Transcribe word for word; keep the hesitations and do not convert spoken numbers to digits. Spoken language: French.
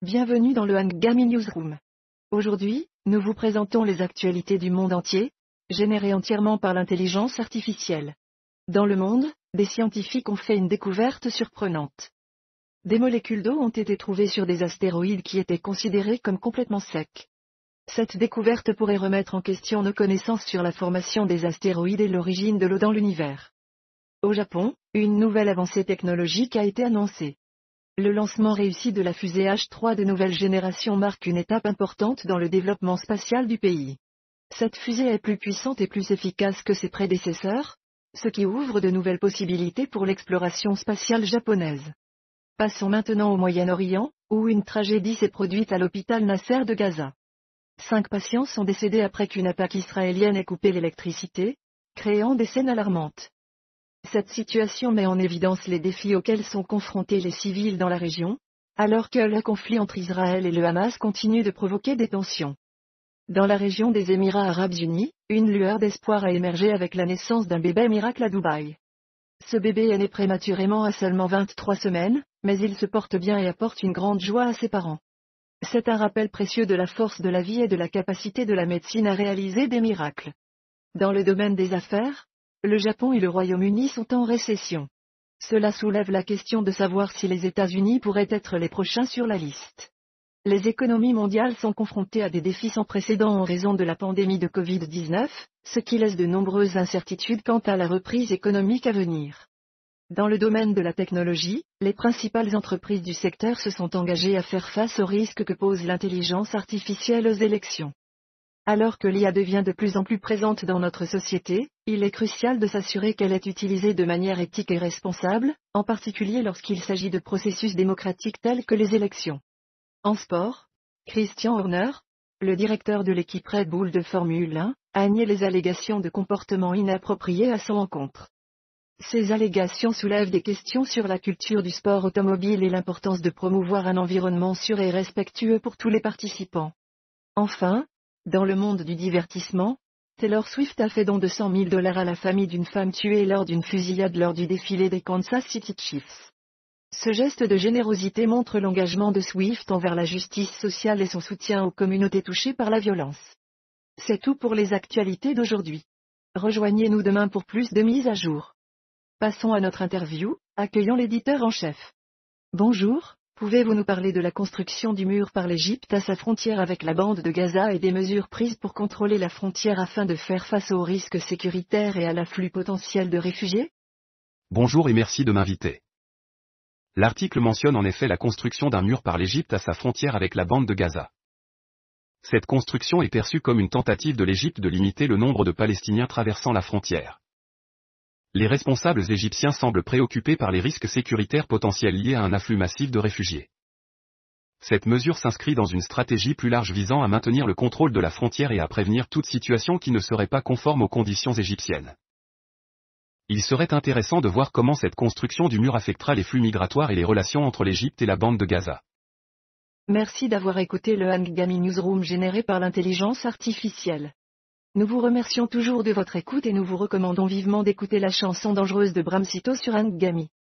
bienvenue dans le Angami Newsroom. Aujourd'hui, nous vous présentons les actualités du monde entier, générées entièrement par l'intelligence artificielle. Dans le monde, des scientifiques ont fait une découverte surprenante. Des molécules d'eau ont été trouvées sur des astéroïdes qui étaient considérés comme complètement secs. Cette découverte pourrait remettre en question nos connaissances sur la formation des astéroïdes et l'origine de l'eau dans l'univers. Au Japon, une nouvelle avancée technologique a été annoncée. Le lancement réussi de la fusée H trois de nouvelle génération marque une étape importante dans le développement spatial du pays. Cette fusée est plus puissante et plus efficace que ses prédécesseurs, ce qui ouvre de nouvelles possibilités pour l'exploration spatiale japonaise. Passons maintenant au Moyen-Orient, où une tragédie s'est produite à l'hôpital Nasser de Gaza. Cinq patients sont décédés après qu'une attaque israélienne ait coupé l'électricité, créant des scènes alarmantes. Cette situation met en évidence les défis auxquels sont confrontés les civils dans la région, alors que le conflit entre Israël et le Hamas continue de provoquer des tensions. Dans la région des Émirats arabes unis, une lueur d'espoir a émergé avec la naissance d'un bébé miracle à Dubaï. Ce bébé est né prématurément à seulement vingt-trois semaines, mais il se porte bien et apporte une grande joie à ses parents. C'est un rappel précieux de la force de la vie et de la capacité de la médecine à réaliser des miracles. Dans le domaine des affaires, le Japon et le Royaume-Uni sont en récession. Cela soulève la question de savoir si les États-Unis pourraient être les prochains sur la liste. Les économies mondiales sont confrontées à des défis sans précédent en raison de la pandémie de covid dix-neuf, ce qui laisse de nombreuses incertitudes quant à la reprise économique à venir. Dans le domaine de la technologie, les principales entreprises du secteur se sont engagées à faire face aux risques que pose l'intelligence artificielle aux élections. Alors que l'I A devient de plus en plus présente dans notre société, il est crucial de s'assurer qu'elle est utilisée de manière éthique et responsable, en particulier lorsqu'il s'agit de processus démocratiques tels que les élections. En sport, Christian Horner, le directeur de l'équipe Red Bull de Formule un, a nié les allégations de comportement inapproprié à son encontre. Ces allégations soulèvent des questions sur la culture du sport automobile et l'importance de promouvoir un environnement sûr et respectueux pour tous les participants. Enfin, dans le monde du divertissement, Taylor Swift a fait don de cent mille dollars à la famille d'une femme tuée lors d'une fusillade lors du défilé des Kansas City Chiefs. Ce geste de générosité montre l'engagement de Swift envers la justice sociale et son soutien aux communautés touchées par la violence. C'est tout pour les actualités d'aujourd'hui. Rejoignez-nous demain pour plus de mises à jour. Passons à notre interview, accueillons l'éditeur en chef. Bonjour. Pouvez-vous nous parler de la construction du mur par l'Égypte à sa frontière avec la bande de Gaza et des mesures prises pour contrôler la frontière afin de faire face aux risques sécuritaires et à l'afflux potentiel de réfugiés? Bonjour et merci de m'inviter. L'article mentionne en effet la construction d'un mur par l'Égypte à sa frontière avec la bande de Gaza. Cette construction est perçue comme une tentative de l'Égypte de limiter le nombre de Palestiniens traversant la frontière. Les responsables égyptiens semblent préoccupés par les risques sécuritaires potentiels liés à un afflux massif de réfugiés. Cette mesure s'inscrit dans une stratégie plus large visant à maintenir le contrôle de la frontière et à prévenir toute situation qui ne serait pas conforme aux conditions égyptiennes. Il serait intéressant de voir comment cette construction du mur affectera les flux migratoires et les relations entre l'Égypte et la bande de Gaza. Merci d'avoir écouté le Angami Newsroom généré par l'intelligence artificielle. Nous vous remercions toujours de votre écoute et nous vous recommandons vivement d'écouter la chanson dangereuse de Bram Sito sur Angami.